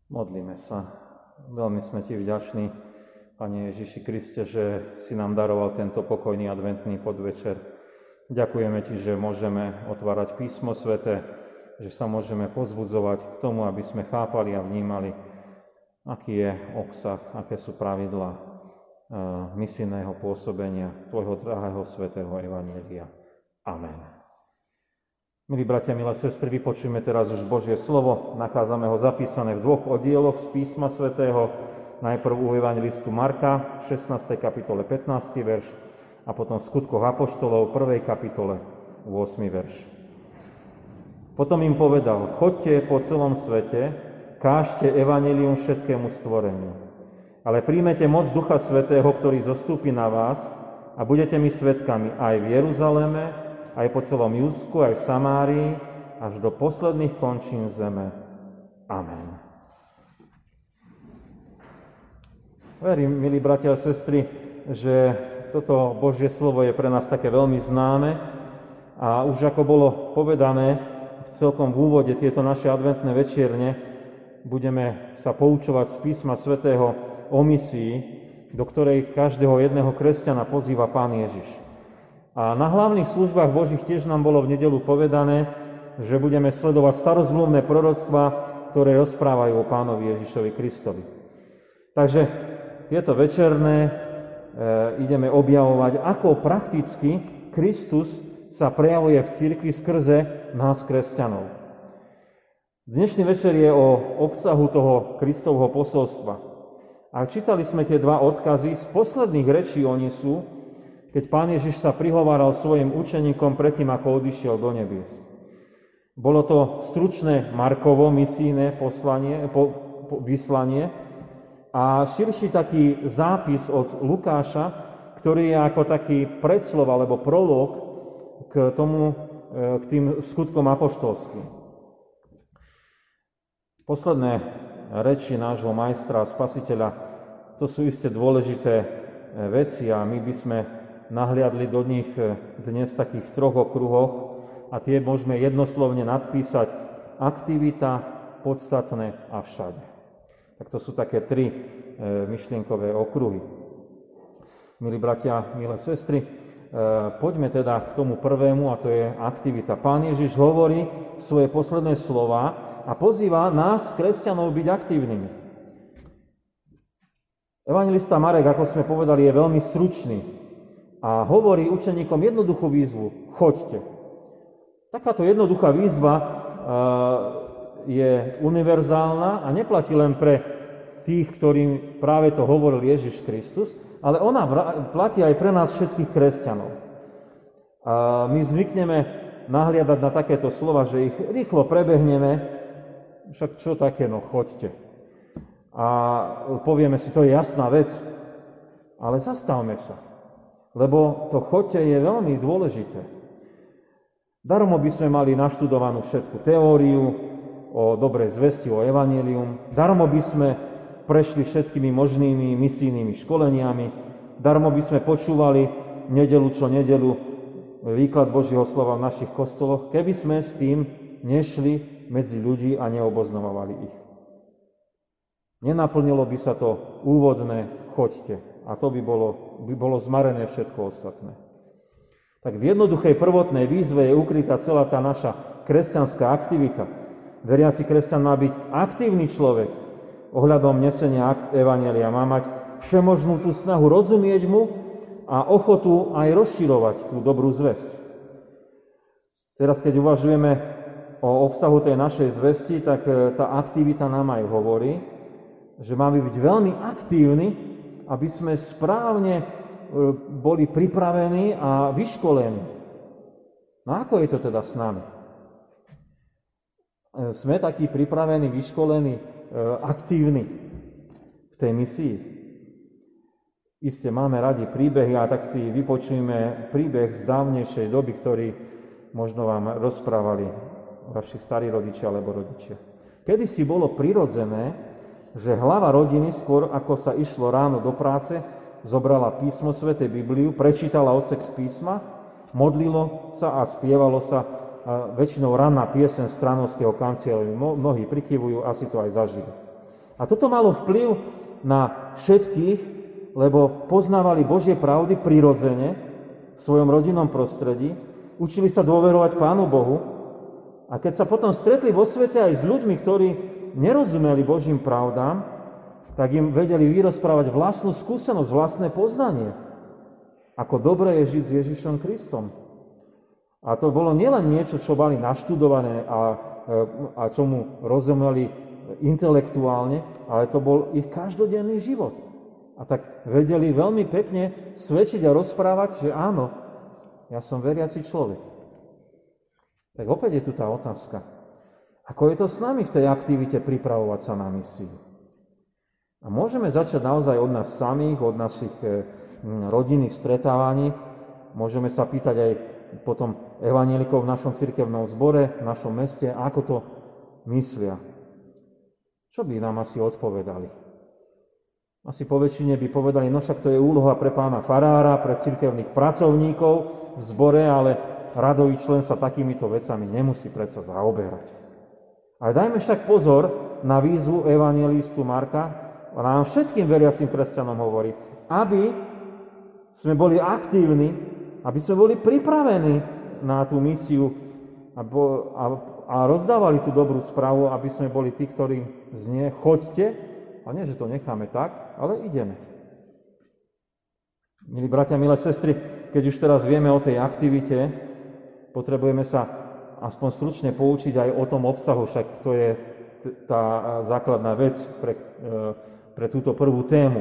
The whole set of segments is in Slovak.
Modlíme sa. Veľmi sme Ti vďační, Pane Ježiši Kriste, že si nám daroval tento pokojný adventný podvečer. Ďakujeme Ti, že môžeme otvárať Písmo Sväté, že sa môžeme pozbudzovať k tomu, aby sme chápali a vnímali, aký je obsah, aké sú pravidlá misijného pôsobenia Tvojho drahého svätého evanjelia. Amen. Milí bratia, milé sestry, vypočujeme teraz už Božie slovo. Nachádzame ho zapísané v dvoch oddieloch z Písma Svätého. Najprv u evanjelistu Marka, 16. kapitole 15. verš a potom v Skutkoch apoštolov, 1. kapitole, 8. verš. Potom im povedal: choďte po celom svete, kážte evanjelium všetkému stvoreniu. Ale príjmete moc Ducha Svätého, ktorý zostúpi na vás a budete mi svedkami aj v Jeruzaleme, aj po celom Júdsku, aj v Samárii, až do posledných končín zeme. Amen. Verím, milí bratia a sestry, že toto Božie slovo je pre nás také veľmi známe a už ako bolo povedané celkom v úvode tieto naše adventné večierne, budeme sa poučovať z Písma Svätého o misii, do ktorej každého jedného kresťana pozýva Pán Ježiš. A na hlavných službách Božích tiež nám bolo v nedeľu povedané, že budeme sledovať starozmluvné proroctvá, ktoré rozprávajú o Pánovi Ježišovi Kristovi. Takže tieto večerné ideme objavovať, ako prakticky Kristus sa prejavuje v cirkvi skrze nás, kresťanov. Dnešný večer je o obsahu toho Kristovho posolstva. A čítali sme tie dva odkazy, z posledných rečí oni sú, keď Pán Ježiš sa prihováral svojim učeníkom predtým, ako odišiel do nebies. Bolo to stručné Markovo misijné vyslanie a širší taký zápis od Lukáša, ktorý je ako taký predslov alebo prolog k tým skutkom apoštolským. Posledné reči nášho majstra a spasiteľa, to sú isté dôležité veci a my by sme nahliadli do nich dnes v takých troch okruhoch a tie môžeme jednoslovne nadpísať: aktivita, podstatné a všade. Tak to sú také tri myšlienkové okruhy. Milí bratia, milé sestry, poďme teda k tomu prvému, a to je aktivita. Pán Ježiš hovorí svoje posledné slova a pozýva nás, kresťanov, byť aktívnymi. Evanjelista Marek, ako sme povedali, je veľmi stručný a hovorí učeníkom jednoduchú výzvu: choďte. Takáto jednoduchá výzva je univerzálna a neplatí len pre tých, ktorým práve to hovoril Ježiš Kristus, ale ona platí aj pre nás všetkých kresťanov. A my zvykneme nahliadať na takéto slova, že ich rýchlo prebehneme, však čo také, no choďte. A povieme si, to je jasná vec, ale zastavme sa. Lebo to choďte je veľmi dôležité. Darmo by sme mali naštudovanú všetku teóriu o dobrej zvesti, o evanjelium. Darmo by sme prešli všetkými možnými misijnými školeniami. Darmo by sme počúvali nedeľu čo nedeľu výklad Božieho slova v našich kostoloch, keby sme s tým nešli medzi ľudí a neoboznamovali ich. Nenaplnilo by sa to úvodné choďte. A to by bolo zmarené všetko ostatné. Tak v jednoduchej prvotnej výzve je ukrytá celá tá naša kresťanská aktivita. Veriaci kresťan má byť aktívny človek ohľadom nesenia evanjelia. Má mať všemožnú tú snahu rozumieť mu a ochotu aj rozširovať tú dobrú zvesť. Teraz, keď uvažujeme o obsahu tej našej zvesti, tak tá aktivita nám aj hovorí, že máme byť veľmi aktívni, aby sme správne boli pripravení a vyškolení. No ako je to teda s nami? Sme takí pripravení, vyškolení, aktívni v tej misii? Isté máme radi príbehy, a tak si vypočujeme príbeh z dávnejšej doby, ktorý možno vám rozprávali vaši starí rodičia alebo rodičia. Kedysi bolo prirodzené, že hlava rodiny, skôr ako sa išlo ráno do práce, zobrala Písmo Sväté, Bibliu, prečítala odsek z písma, modlilo sa a spievalo sa väčšinou ranná pieseň z Stránovského kancieľa. Mnohí prikyvujú, asi to aj zažili. A toto malo vplyv na všetkých, lebo poznávali Božie pravdy prirodzene v svojom rodinnom prostredí, učili sa dôverovať Pánu Bohu a keď sa potom stretli vo svete aj s ľuďmi, ktorí nerozumeli Božím pravdám, tak im vedeli vyrozprávať vlastnú skúsenosť, vlastné poznanie, ako dobre je žiť s Ježišom Kristom. A to bolo nielen niečo, čo mali naštudované a čomu rozumeli intelektuálne, ale to bol ich každodenný život. A tak vedeli veľmi pekne svedčiť a rozprávať, že áno, ja som veriaci človek. Tak opäť je tu tá otázka. Ako je to s nami v tej aktivite pripravovať sa na misiu? A môžeme začať naozaj od nás samých, od našich rodinných stretávaní. Môžeme sa pýtať aj potom evanjelikov v našom cirkevnom zbore, v našom meste, ako to myslia. Čo by nám asi odpovedali? Asi po väčšine by povedali, no však to je úloha pre pána farára, pre cirkevných pracovníkov v zbore, ale radový člen sa takýmito vecami nemusí predsa zaoberať. Ale dajme však pozor na výzvu evanjelistu Marka, a nám všetkým veriacim kresťanom hovorí, aby sme boli aktívni, aby sme boli pripravení na tú misiu a rozdávali tú dobrú správu, aby sme boli tí, ktorí znie, choďte, a nie, že to necháme tak, ale ideme. Milí bratia, milé sestry, keď už teraz vieme o tej aktivite, potrebujeme sa aspoň stručne poučiť aj o tom obsahu, však to je tá základná vec pre túto prvú tému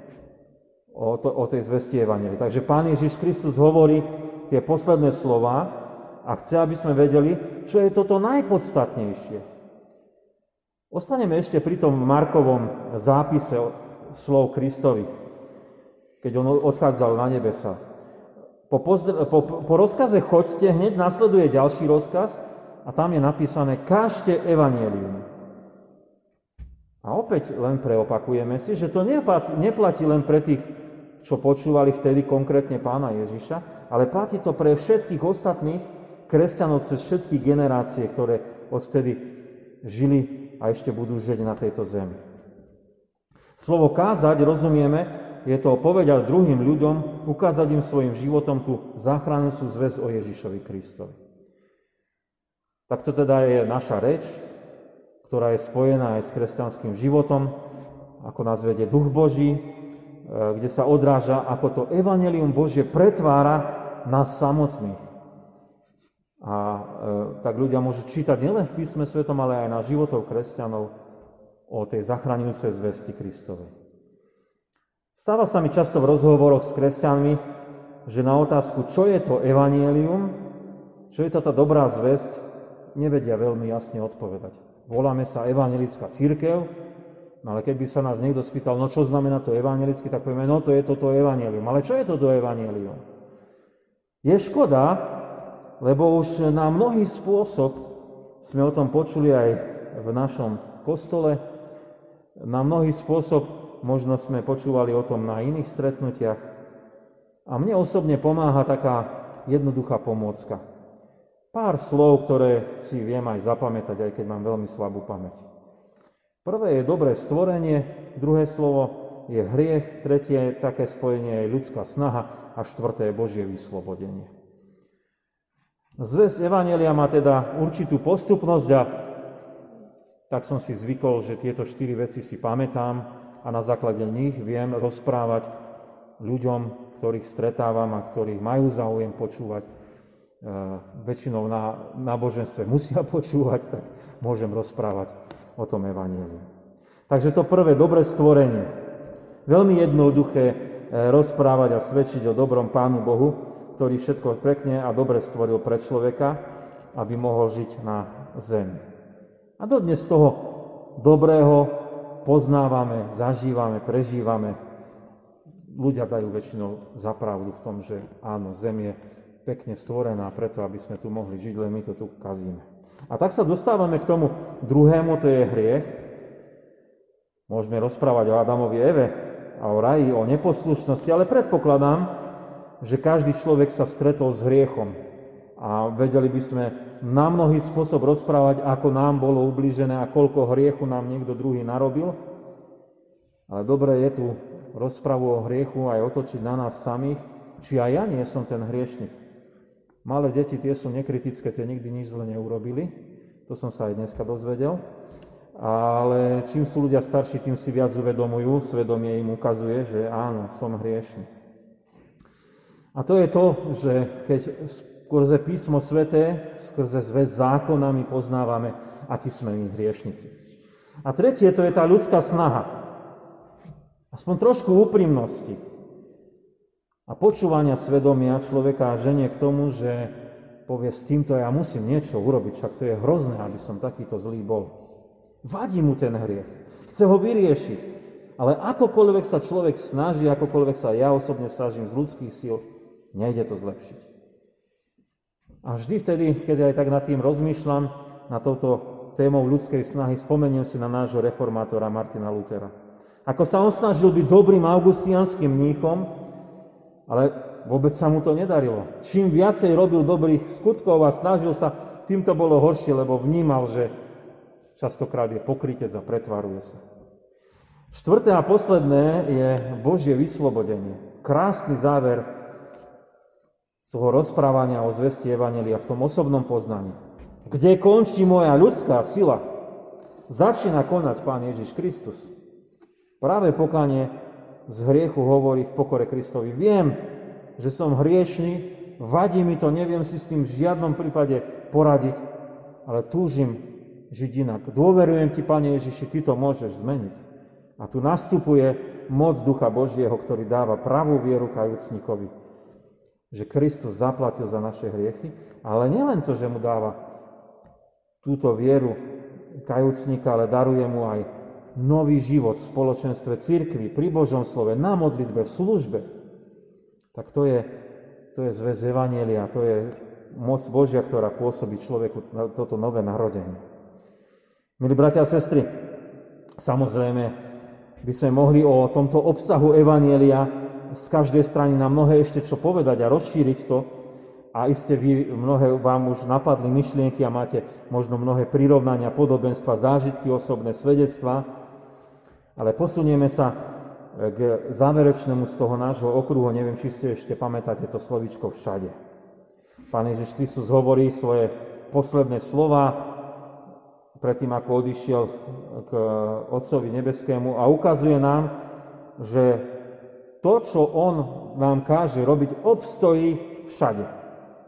o tej zvesti evanjelia. Takže Pán Ježiš Kristus hovorí tie posledné slova a chce, aby sme vedeli, čo je toto najpodstatnejšie. Ostaneme ešte pri tom Markovom zápise slov Kristových, keď on odchádzal na nebesa. Po rozkaze choďte, hneď nasleduje ďalší rozkaz a tam je napísané kážte evanjelium. A opäť len preopakujeme si, že to neplatí len pre tých, čo počúvali vtedy konkrétne Pána Ježiša, ale platí to pre všetkých ostatných kresťanov cez všetky generácie, ktoré odvtedy žili a ešte budú žiť na tejto zemi. Slovo kázať, rozumieme, je to povedať druhým ľuďom, ukázať im svojim životom tú záchrannúcu zvesť o Ježišovi Kristovi. Takto teda je naša reč, ktorá je spojená aj s kresťanským životom, ako nás vedie Duch Boží, kde sa odráža, ako to evanjelium Božie pretvára nás samotných. A tak ľudia môžu čítať nielen v písme svetom, ale aj na životov kresťanov o tej zachraňujúcej zvesti Kristovej. Stáva sa mi často v rozhovoroch s kresťanmi, že na otázku, čo je to evanjelium, čo je to tá dobrá zvesť, nevedia veľmi jasne odpovedať. Voláme sa evanjelická cirkev, no ale keby sa nás niekto spýtal, no čo znamená to evanjelicky, tak povieme, no to je toto evanjelium. Ale čo je toto evanjelium? Je škoda, lebo už na mnohý spôsob sme o tom počuli aj v našom kostole, na mnohý spôsob možno sme počúvali o tom na iných stretnutiach a mne osobne pomáha taká jednoduchá pomôcka. Pár slov, ktoré si viem aj zapamätať, aj keď mám veľmi slabú pamäť. Prvé je dobré stvorenie, druhé slovo je hriech, tretie je také spojenie je ľudská snaha a štvrté je Božie vyslobodenie. Zvesť evanjelia má teda určitú postupnosť a tak som si zvykol, že tieto 4 veci si pamätám a na základe nich viem rozprávať ľuďom, ktorých stretávam a ktorých majú záujem počúvať. Väčšinou na náboženstve musia počúvať, tak môžem rozprávať o tom evanjeliu. Takže to prvé, dobré stvorenie. Veľmi jednoduché rozprávať a svedčiť o dobrom Pánu Bohu, ktorý všetko pekne a dobre stvoril pre človeka, aby mohol žiť na zemi. A dodnes toho dobrého poznávame, zažívame, prežívame. Ľudia dajú väčšinou za pravdu v tom, že áno, zem je pekne stvorená preto, aby sme tu mohli žiť, len my to tu kazíme. A tak sa dostávame k tomu druhému, to je hriech. Môžeme rozprávať o Adamovi, Eve a o raji, o neposlušnosti, ale predpokladám, že každý človek sa stretol s hriechom. A vedeli by sme na mnohý spôsob rozprávať, ako nám bolo ublížené a koľko hriechu nám niekto druhý narobil. Ale dobre je tu rozpravu o hriechu aj otočiť na nás samých, či aj ja nie som ten hriešnik. Malé deti, tie sú nekritické, tie nikdy nič zle neurobili, to som sa aj dneska dozvedel. Ale čím sú ľudia starší, tým si viac uvedomujú, svedomie im ukazuje, že áno, som hriešný. A to je to, že keď skrze písmo sväté, skrze zväz zákona my poznávame, akí sme my hriešnici. A tretie, to je tá ľudská snaha. Aspoň trošku úprimnosti a počúvania svedomia človeka ženie k tomu, že povie, s týmto ja musím niečo urobiť, však to je hrozné, aby som takýto zlý bol. Vadí mu ten hriech, chce ho vyriešiť, ale akokoľvek sa človek snaží, akokoľvek sa ja osobne snažím z ľudských síl, nejde to zlepšiť. A vždy vtedy, keď aj tak nad tým rozmýšľam, na touto témou ľudskej snahy, spomeniem si na nášho reformátora Martina Luthera. Ako sa on snažil byť dobrým augustiánskym mníchom, ale vôbec sa mu to nedarilo. Čím viacej robil dobrých skutkov a snažil sa, tým to bolo horšie, lebo vnímal, že častokrát je pokrytec a pretvaruje sa. Štvrté a posledné je Božie vyslobodenie. Krásny záver toho rozprávania o zvesti evanjelia v tom osobnom poznaní. Kde končí moja ľudská sila, začína konať Pán Ježiš Kristus. Práve pokánie z hriechu hovorí v pokore Kristovi. Viem, že som hriešný, vadí mi to, neviem si s tým v žiadnom prípade poradiť, ale túžim žiť inak. Dôverujem ti, Pane Ježiši, ty to môžeš zmeniť. A tu nastupuje moc Ducha Božieho, ktorý dáva pravú vieru kajúcnikovi, že Kristus zaplatil za naše hriechy, ale nielen to, že mu dáva túto vieru kajúcnika, ale daruje mu aj nový život v spoločenstve cirkvi, pri Božom slove, na modlitbe, v službe. Tak to je zväz evanjelia, to je moc Božia, ktorá pôsobí človeku toto nové narodenie. Milí bratia a sestry, samozrejme by sme mohli o tomto obsahu evanjelia z každej strany na mnohé ešte čo povedať a rozšíriť to. A iste mnohé vám už napadli myšlienky a máte možno mnohé prirovnania, podobenstva, zážitky osobné, svedectvá. Ale posunieme sa k záverečnému z toho nášho okruhu. Neviem, či ste ešte pamätáte to slovíčko všade. Pán Ježiš Kristus hovorí svoje posledné slova predtým, ako odišiel k Otcovi nebeskému a ukazuje nám, že to, čo on nám káže robiť, obstojí všade.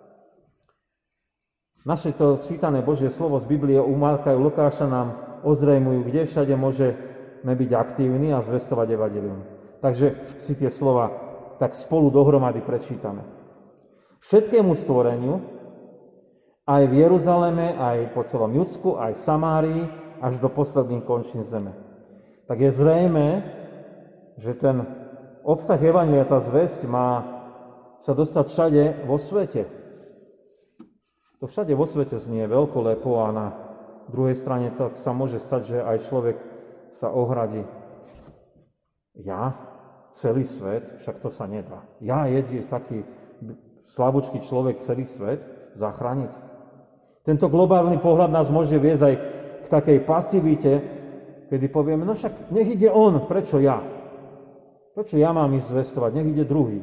Naše to čítané Božie slovo z Biblie u Marka a Lukáša nám ozrejmujú, kde všade môžeme byť aktívni a zvestovať evanjelium. Takže si tie slova tak spolu dohromady prečítame. Všetkému stvoreniu, aj v Jeruzaleme, aj po celom Judsku, aj v Samárii, až do posledných končín zeme. Tak je zrejmé, že ten obsah evanjelia, tá zvesť má sa dostať všade vo svete. To všade vo svete znie veľkolepo a na druhej strane tak sa môže stať, že aj človek sa ohradí. Ja? Celý svet? Však to sa nedá. Ja taký slabúčky človek celý svet zachrániť? Tento globálny pohľad nás môže viesť aj k takej pasivite, kedy povieme, no však nech ide on, prečo ja? Prečo ja mám ísť zvestovať? Nech ide druhý.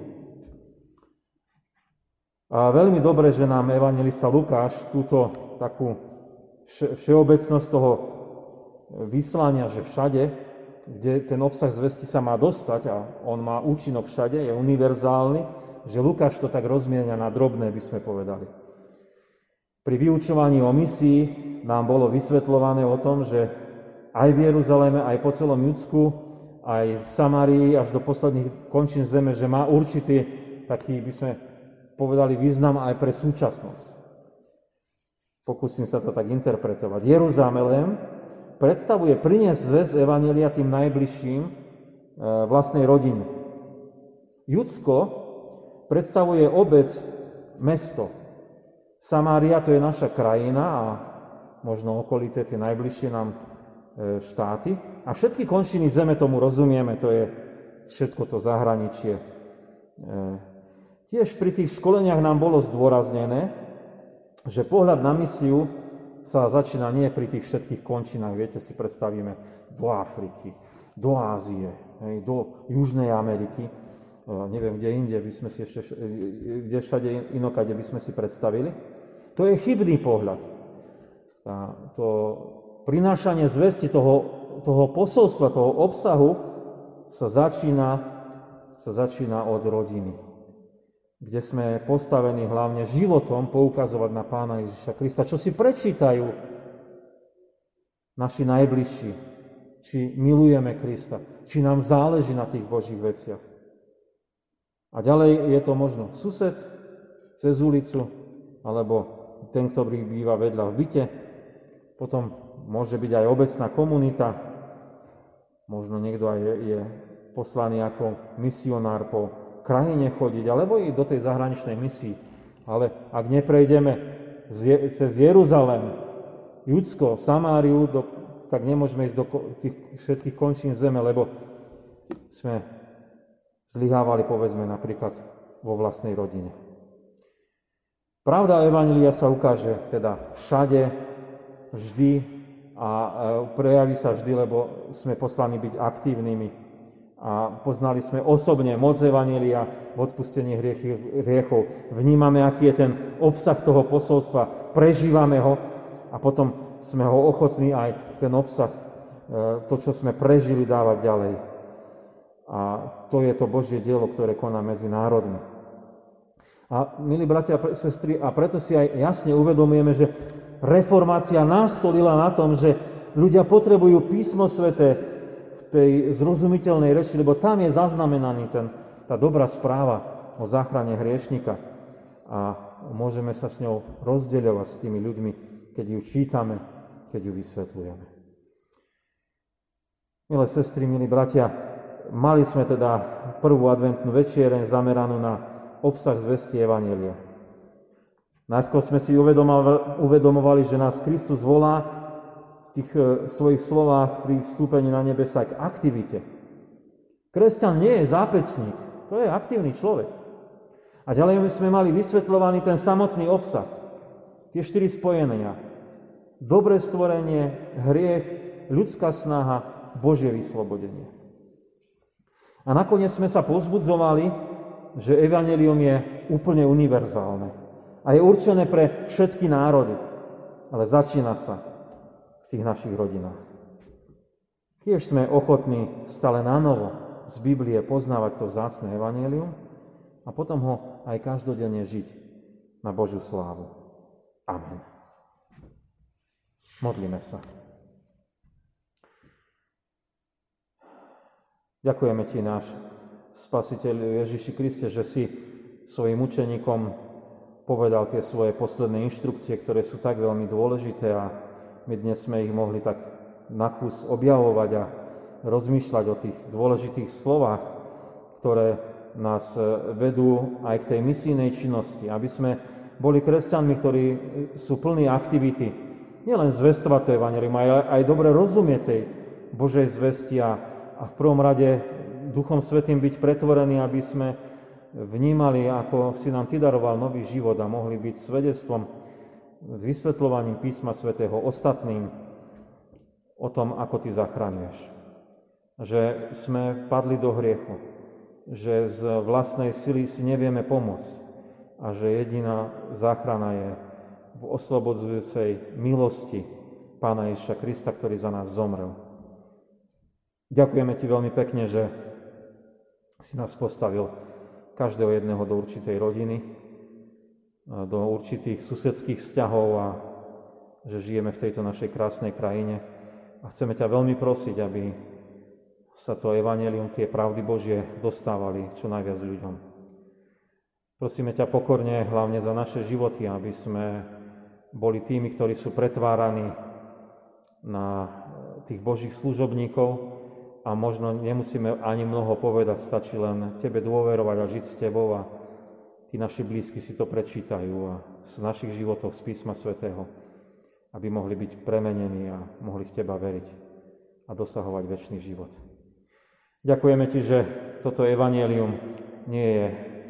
A veľmi dobre, že nám evanjelista Lukáš túto takú všeobecnosť toho vyslania, že všade, kde ten obsah zvesti sa má dostať a on má účinok všade, je univerzálny, že Lukáš to tak rozmienia na drobné, by sme povedali. Pri vyučovaní o misii nám bolo vysvetľované o tom, že aj v Jeruzaleme, aj po celom Judsku, aj v Samárii, až do posledných končín zeme, že má určitý taký, by sme povedali, význam aj pre súčasnosť. Pokúsim sa to tak interpretovať. Jeruzalém predstavuje priniesť zväz evanjelia tým najbližším vlastnej rodine. Judsko predstavuje obec, mesto. Samária to je naša krajina a možno okolité tie najbližšie nám štáty. A všetky končiny zeme tomu rozumieme, to je všetko to zahraničie. Tiež pri tých školeniach nám bolo zdôraznené, že pohľad na misiu sa začína nie pri tých všetkých končinách, viete, si predstavíme do Afriky, do Ázie, do Južnej Ameriky. Neviem, kde inde by sme si kde všade inokade by sme si predstavili. To je chybný pohľad. To prinášanie zvesti toho posolstva, toho obsahu sa začína od rodiny, kde sme postavení hlavne životom poukazovať na Pána Ježiša Krista, čo si prečítajú naši najbližší, či milujeme Krista, či nám záleží na tých Božích veciach. A ďalej je to možno sused cez ulicu, alebo ten, ktorý býva vedľa v byte, potom môže byť aj obecná komunita, možno niekto aj je poslaný ako misionár po krajine chodiť, alebo i do tej zahraničnej misii. Ale ak neprejdeme cez Jeruzalém, Judsko, Samáriu, tak nemôžeme ísť do tých všetkých končín zeme, lebo sme zlyhávali, povedzme, napríklad vo vlastnej rodine. Pravda evanjelia sa ukáže teda všade, vždy a prejaví sa vždy, lebo sme poslaní byť aktívnymi a poznali sme osobne moc evanjelia v odpustení hriechov. Vnímame, aký je ten obsah toho posolstva, prežívame ho a potom sme ho ochotní aj ten obsah, to, čo sme prežili, dávať ďalej. A to je to Božie dielo, ktoré koná medzi národmi. A milí bratia a sestry, a preto si aj jasne uvedomujeme, že reformácia nastolila na tom, že ľudia potrebujú písmo sväté v tej zrozumiteľnej reči, lebo tam je zaznamenaný tá dobrá správa o záchrane hriešnika. A môžeme sa s ňou rozdeľovať s tými ľuďmi, keď ju čítame, keď ju vysvetľujeme. Milé sestry, milí bratia, mali sme teda prvú adventnú večiereň zameranú na obsah zvesti evanjelia. Najskôr sme si uvedomovali, že nás Kristus volá v tých svojich slovách pri vstúpení na nebesa k aktivite. Kresťan nie je zápecník, to je aktívny človek. A ďalej sme mali vysvetľovaný ten samotný obsah, tie 4 spojenia. Dobré stvorenie, hriech, ľudská snaha, Božie vyslobodenie. A nakoniec sme sa povzbudzovali, že evanjelium je úplne univerzálne a je určené pre všetky národy, ale začína sa v tých našich rodinách. Tiež sme ochotní stále nanovo z Biblie poznávať to vzácne evanjelium a potom ho aj každodenne žiť na Božiu slávu. Amen. Modlíme sa. Ďakujeme Ti, náš Spasiteľ Ježiši Kriste, že si svojim učeníkom povedal tie svoje posledné inštrukcie, ktoré sú tak veľmi dôležité a my dnes sme ich mohli tak na kus objavovať a rozmýšľať o tých dôležitých slovách, ktoré nás vedú aj k tej misijnej činnosti, aby sme boli kresťanmi, ktorí sú plní aktivity, nielen zvestovať to evanjelium, aj dobre rozumieť tej Božej zvesti a v prvom rade Duchom Svätým byť pretvorení, aby sme vnímali, ako si nám Ty daroval nový život a mohli byť svedectvom, vysvetľovaním písma svätého ostatným o tom, ako Ty zachraňuješ. Že sme padli do hriechu, že z vlastnej sily si nevieme pomôcť a že jediná záchrana je v oslobodzujúcej milosti Pána Ježiša Krista, ktorý za nás zomrel. Ďakujeme Ti veľmi pekne, že si nás postavil každého jedného do určitej rodiny, do určitých susedských vzťahov a že žijeme v tejto našej krásnej krajine. A chceme ťa veľmi prosiť, aby sa to evanjelium, tie pravdy Božie dostávali čo najviac ľuďom. Prosíme ťa pokorne, hlavne za naše životy, aby sme boli tými, ktorí sú pretváraní na tých Božích služobníkov, a možno nemusíme ani mnoho povedať, stačí len Tebe dôverovať a žiť s Tebou a tí naši blízky si to prečítajú a z našich životov, z písma svätého, aby mohli byť premenení a mohli v Teba veriť a dosahovať večný život. Ďakujeme Ti, že toto evanjelium nie je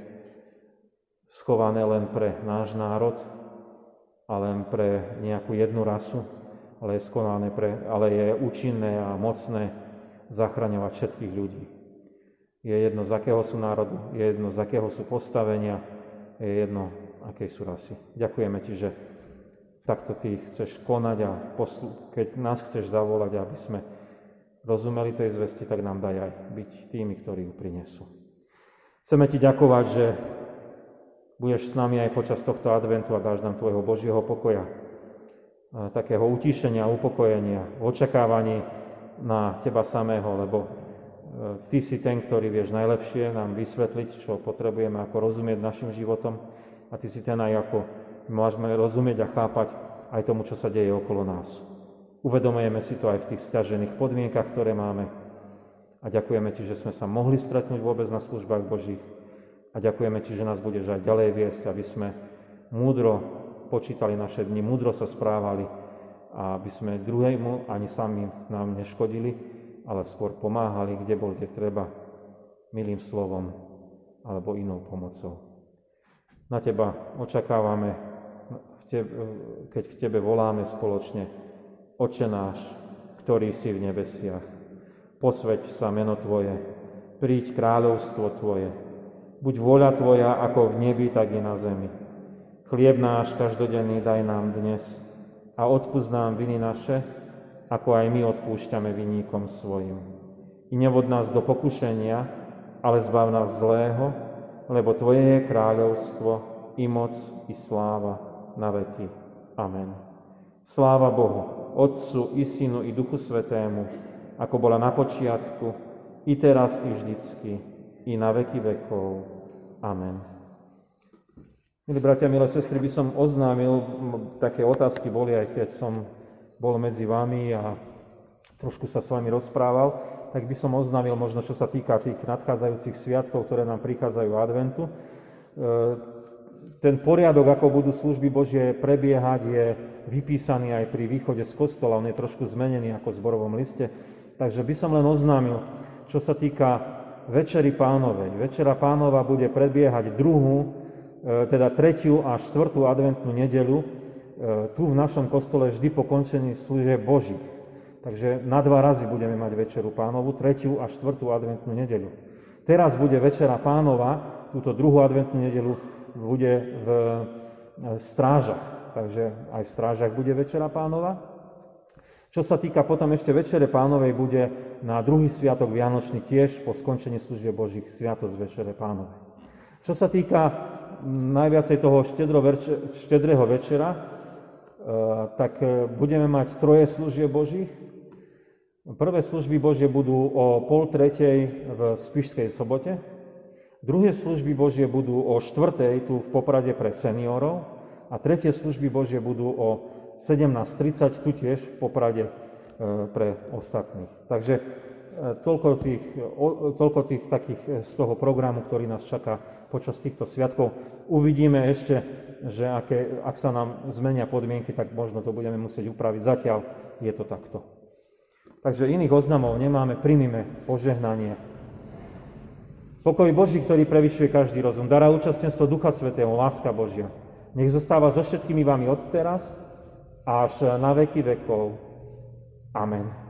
schované len pre náš národ a len pre nejakú jednu rasu, ale je účinné a mocné zachraňovať všetkých ľudí. Je jedno, z akého sú národu, je jedno, z akého sú postavenia, je jedno, akej sú rasy. Ďakujeme ti, že takto ty chceš konať a keď nás chceš zavolať, aby sme rozumeli tej zvesti, tak nám daj aj byť tými, ktorí ju prinesú. Chceme ti ďakovať, že budeš s nami aj počas tohto adventu a dáš nám tvojho Božieho pokoja, takého utíšenia, upokojenia, v očakávaní na teba samého, lebo ty si ten, ktorý vieš najlepšie nám vysvetliť, čo potrebujeme, ako rozumieť našim životom, a ty si ten aj ako môžeme rozumieť a chápať aj tomu, čo sa deje okolo nás. Uvedomujeme si to aj v tých sťažených podmienkach, ktoré máme, a ďakujeme ti, že sme sa mohli stretnúť vôbec na službách Božích, a ďakujeme ti, že nás budeš aj ďalej viesť, aby sme múdro počítali naše dni, múdro sa správali a aby sme druhému ani sami nám neškodili, ale skôr pomáhali, kde bol, kde treba, milým slovom alebo inou pomocou. Na teba očakávame, keď k tebe voláme spoločne: Otče náš, ktorý si v nebesiach, posväť sa meno tvoje, príď kráľovstvo tvoje, buď vôľa tvoja ako v nebi, tak i na zemi. Chlieb náš každodenný daj nám dnes a odpusť nám viny naše, ako aj my odpúšťame vinníkom svojim. I nevod nás do pokušenia, ale zbav nás zlého, lebo tvoje je kráľovstvo, i moc, i sláva na veky. Amen. Sláva Bohu, Otcu, i Synu, i Duchu Svätému, ako bola na počiatku, i teraz, i vždycky, i na veky vekov. Amen. Milí bratia, milé sestry, by som oznámil, také otázky boli, aj keď som bol medzi vami a trošku sa s vami rozprával, tak by som oznámil možno, čo sa týka tých nadchádzajúcich sviatkov, ktoré nám prichádzajú adventu. Ten poriadok, ako budú služby Božie prebiehať, je vypísaný aj pri východe z kostola. On je trošku zmenený ako v zborovom liste. Takže by som len oznámil, čo sa týka Večery Pánovej. Večera Pánova bude prebiehať teda 3. a 4. adventnú nedeľu tu v našom kostole vždy po končení služieb Božích. Takže na 2 razy budeme mať Večeru Pánovu, 3. a 4. adventnú nedeľu. Teraz bude Večera Pánova, túto 2. adventnú nedeľu bude v Strážach. Takže aj v Strážach bude Večera Pánova. Čo sa týka potom ešte Večere Pánovej, bude na druhý sviatok Vianočný tiež po skončení služieb Božích sviatosť Večere Pánovej. Čo sa týka najviacej toho štedrého večera, tak budeme mať 3 služieb Božích. Prvé služby Božie budú o 2:30 v Spišskej Sobote. Druhé služby Božie budú o 4:00 tu v Poprade pre seniorov. A tretie služby Božie budú o 17:30 tu tiež v Poprade pre ostatných. Takže toľko tých takých z toho programu, ktorý nás čaká počas týchto sviatkov. Uvidíme ešte, že ak sa nám zmenia podmienky, tak možno to budeme musieť upraviť. Zatiaľ je to takto. Takže iných oznamov nemáme, príjmime požehnanie. Pokoj Boží, ktorý prevyšuje každý rozum, dará účastenstvo Ducha Svätého, láska Božia, nech zostáva so všetkými vami od teraz až na veky vekov. Amen.